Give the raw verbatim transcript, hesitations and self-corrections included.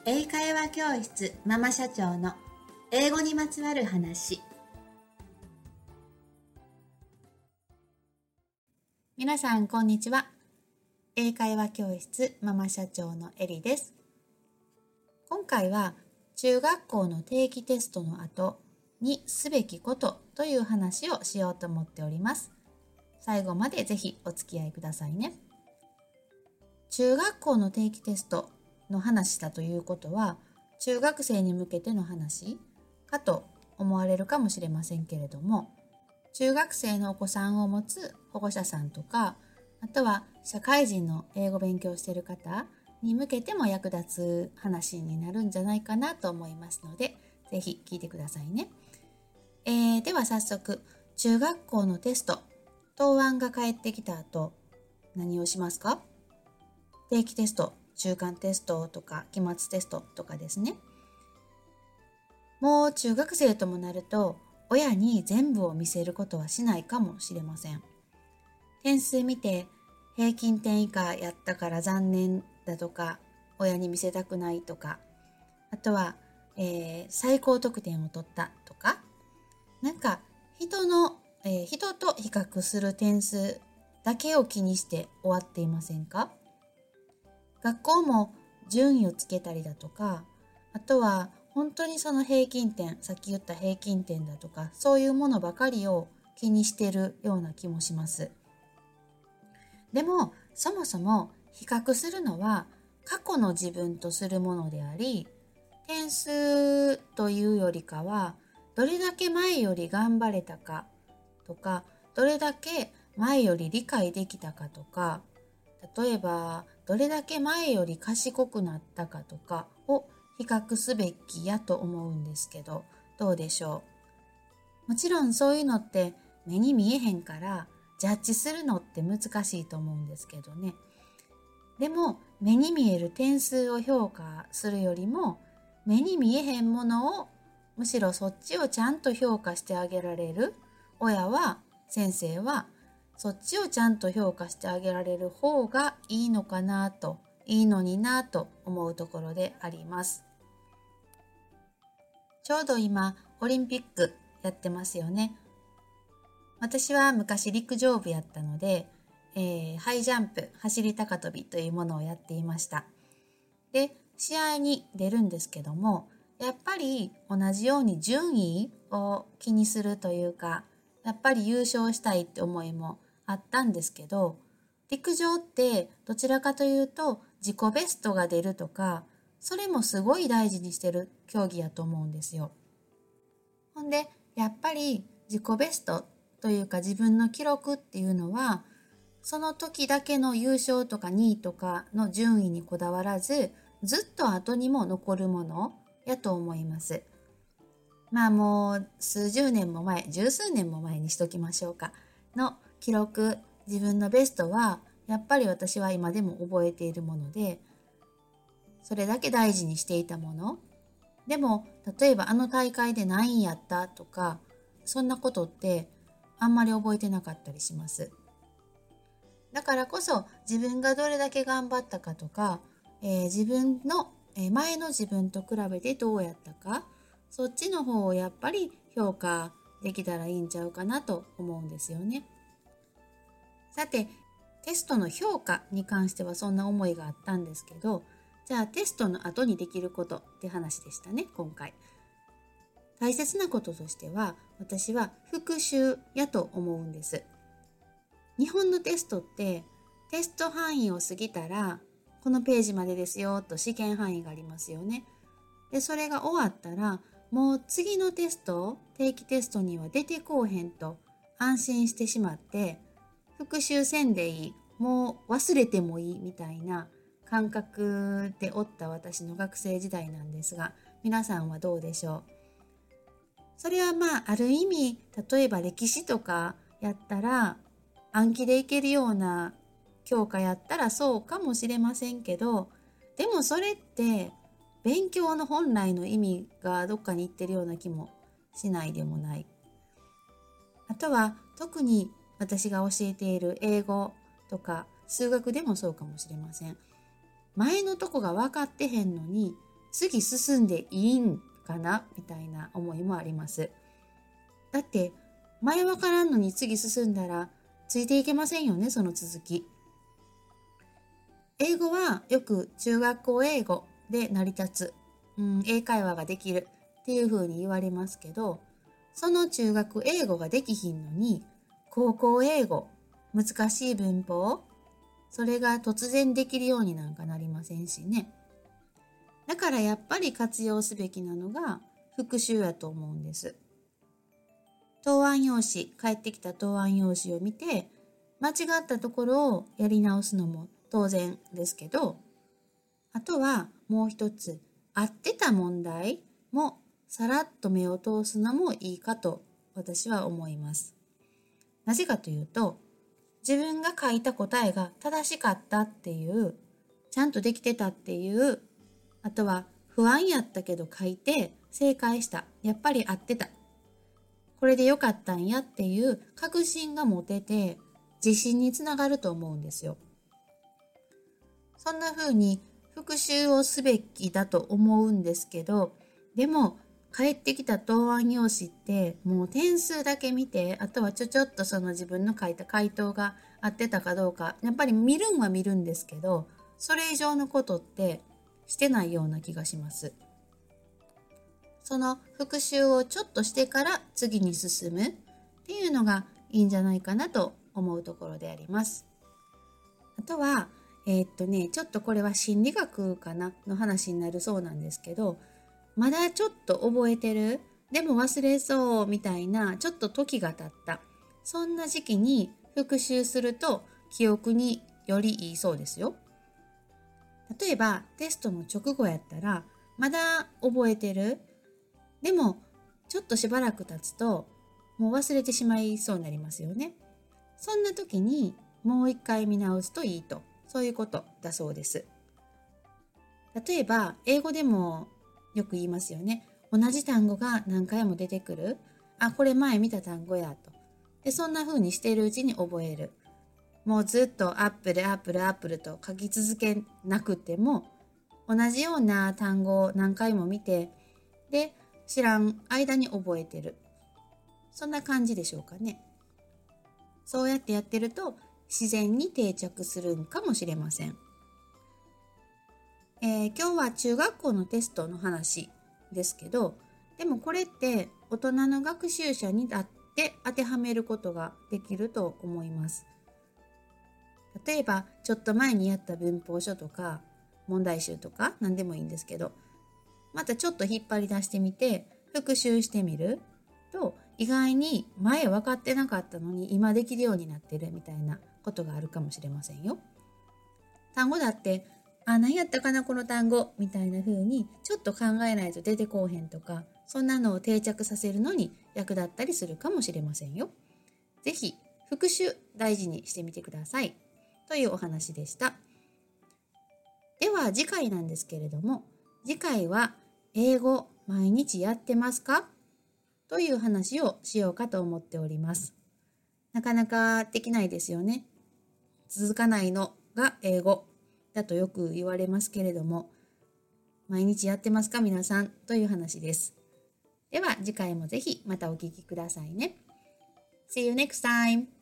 英会話教室ママ社長の英語にまつわる話。皆さんこんにちは。英会話教室ママ社長のエリです。今回は中学校の定期テストの後にすべきことという話をしようと思っております。最後までぜひお付き合いくださいね。中学校の定期テストの話だということは、中学生に向けての話かと思われるかもしれませんけれども、中学生のお子さんを持つ保護者さんとか、あとは社会人の英語勉強している方に向けても役立つ話になるんじゃないかなと思いますので、ぜひ聞いてくださいね。えー、では早速、中学校のテスト、答案が返ってきた後、何をしますか？定期テスト、中間テストとか期末テストとかですね。もう中学生ともなると、親に全部を見せることはしないかもしれません。点数見て平均点以下やったから残念だとか、親に見せたくないとか、あとは、えー、最高得点を取ったとか、なんか人の、えー、人と比較する点数だけを気にして終わっていませんか？学校も順位をつけたりだとか、あとは本当にその平均点、さっき言った平均点だとか、そういうものばかりを気にしているような気もします。でも、そもそも比較するのは過去の自分とするものであり、点数というよりかは、どれだけ前より頑張れたかとか、どれだけ前より理解できたかとか、例えばどれだけ前より賢くなったかとかを比較すべきやと思うんですけど、どうでしょう。もちろんそういうのって目に見えへんからジャッジするのって難しいと思うんですけどね。でも目に見える点数を評価するよりも、目に見えへんものをむしろそっちをちゃんと評価してあげられる親は、先生はそっちをちゃんと評価してあげられる方がいいのかなと、いいのになと思うところであります。ちょうど今オリンピックやってますよね。私は昔陸上部やったので、えー、ハイジャンプ、走り高跳びというものをやっていました。で、試合に出るんですけども、やっぱり同じように順位を気にするというか、やっぱり優勝したいって思いもあったんですけど、陸上ってどちらかというと自己ベストが出るとか、それもすごい大事にしてる競技やと思うんですよ。ほんでやっぱり自己ベストというか自分の記録っていうのは、その時だけの優勝とかにいとかの順位にこだわらず、ずっと後にも残るものやと思います。まあもう数十年も前、十数年も前にしときましょうかの記録、自分のベストはやっぱり私は今でも覚えているもので、それだけ大事にしていたもの。でも例えばあの大会で何位やったとか、そんなことってあんまり覚えてなかったりします。だからこそ自分がどれだけ頑張ったかとか、えー、自分の、えー、前の自分と比べてどうやったか、そっちの方をやっぱり評価できたらいいんちゃうかなと思うんですよね。さて、テストの評価に関してはそんな思いがあったんですけど、じゃあテストの後にできることって話でしたね、今回。大切なこととしては、私は復習やと思うんです。日本のテストってテスト範囲を過ぎたらこのページまでですよと試験範囲がありますよね。で、それが終わったらもう次のテスト、定期テストには出てこうへんと安心してしまって、復習せんでいい、もう忘れてもいいみたいな感覚でおった私の学生時代なんですが、皆さんはどうでしょう。それはまあある意味、例えば歴史とかやったら暗記でいけるような教科やったらそうかもしれませんけど、でもそれって勉強の本来の意味がどっかに行ってるような気もしないでもない。あとは特に私が教えている英語とか数学でもそうかもしれません。前のとこが分かってへんのに次進んでいいんかなみたいな思いもあります。だって前わからんのに次進んだらついていけませんよね、その続き。英語はよく中学校英語で成り立つ、うん、英会話ができるっていう風に言われますけど、その中学英語ができひんのに高校英語、難しい文法、それが突然できるようになんかなりませんしね。だからやっぱり活用すべきなのが復習やと思うんです。答案用紙、返ってきた答案用紙を見て、間違ったところをやり直すのも当然ですけど、あとはもう一つ、合ってた問題もさらっと目を通すのもいいかと私は思います。なぜかというと、自分が書いた答えが正しかったっていう、ちゃんとできてたっていう、あとは不安やったけど書いて正解した、やっぱり合ってた、これでよかったんやっていう確信が持てて自信につながると思うんですよ。そんな風に復習をすべきだと思うんですけど、でも返ってきた答案用紙ってもう点数だけ見て、あとはちょちょっとその自分の書いた回答が合ってたかどうか、やっぱり見るんは見るんですけど、それ以上のことってしてないような気がします。その復習をちょっとしてから次に進むっていうのがいいんじゃないかなと思うところであります。あとは、えー、っとね、ちょっとこれは心理学かなの話になるそうなんですけど、まだちょっと覚えてる、でも忘れそうみたいな、ちょっと時が経った、そんな時期に復習すると記憶によりいいそうですよ。例えばテストの直後やったら、まだ覚えてる、でもちょっとしばらく経つともう忘れてしまいそうになりますよね。そんな時にもう一回見直すといいと、そういうことだそうです。例えば英語でもよく言いますよね。同じ単語が何回も出てくる。あ、これ前見た単語やと。で、そんな風にしているうちに覚える。もうずっとアップルアップルアップルと書き続けなくても、同じような単語を何回も見て、で、知らん間に覚えてる。そんな感じでしょうかね。そうやってやってると自然に定着するんかもしれません。えー、今日は中学校のテストの話ですけど、でもこれって大人の学習者にだって当てはめることができると思います。例えばちょっと前にやった文法書とか問題集とか何でもいいんですけど、またちょっと引っ張り出してみて復習してみると、意外に前分かってなかったのに今できるようになってるみたいなことがあるかもしれませんよ。単語だって、あ、何やったかなこの単語みたいな風にちょっと考えないと出てこうへんとか、そんなのを定着させるのに役立ったりするかもしれませんよ。ぜひ復習大事にしてみてくださいというお話でした。では次回なんですけれども、次回は英語毎日やってますかという話をしようかと思っております。なかなかできないですよね。続かないのが英語だとよく言われますけれども、毎日やってますか皆さんという話です。では次回もぜひまたお聞きくださいね。See you next time!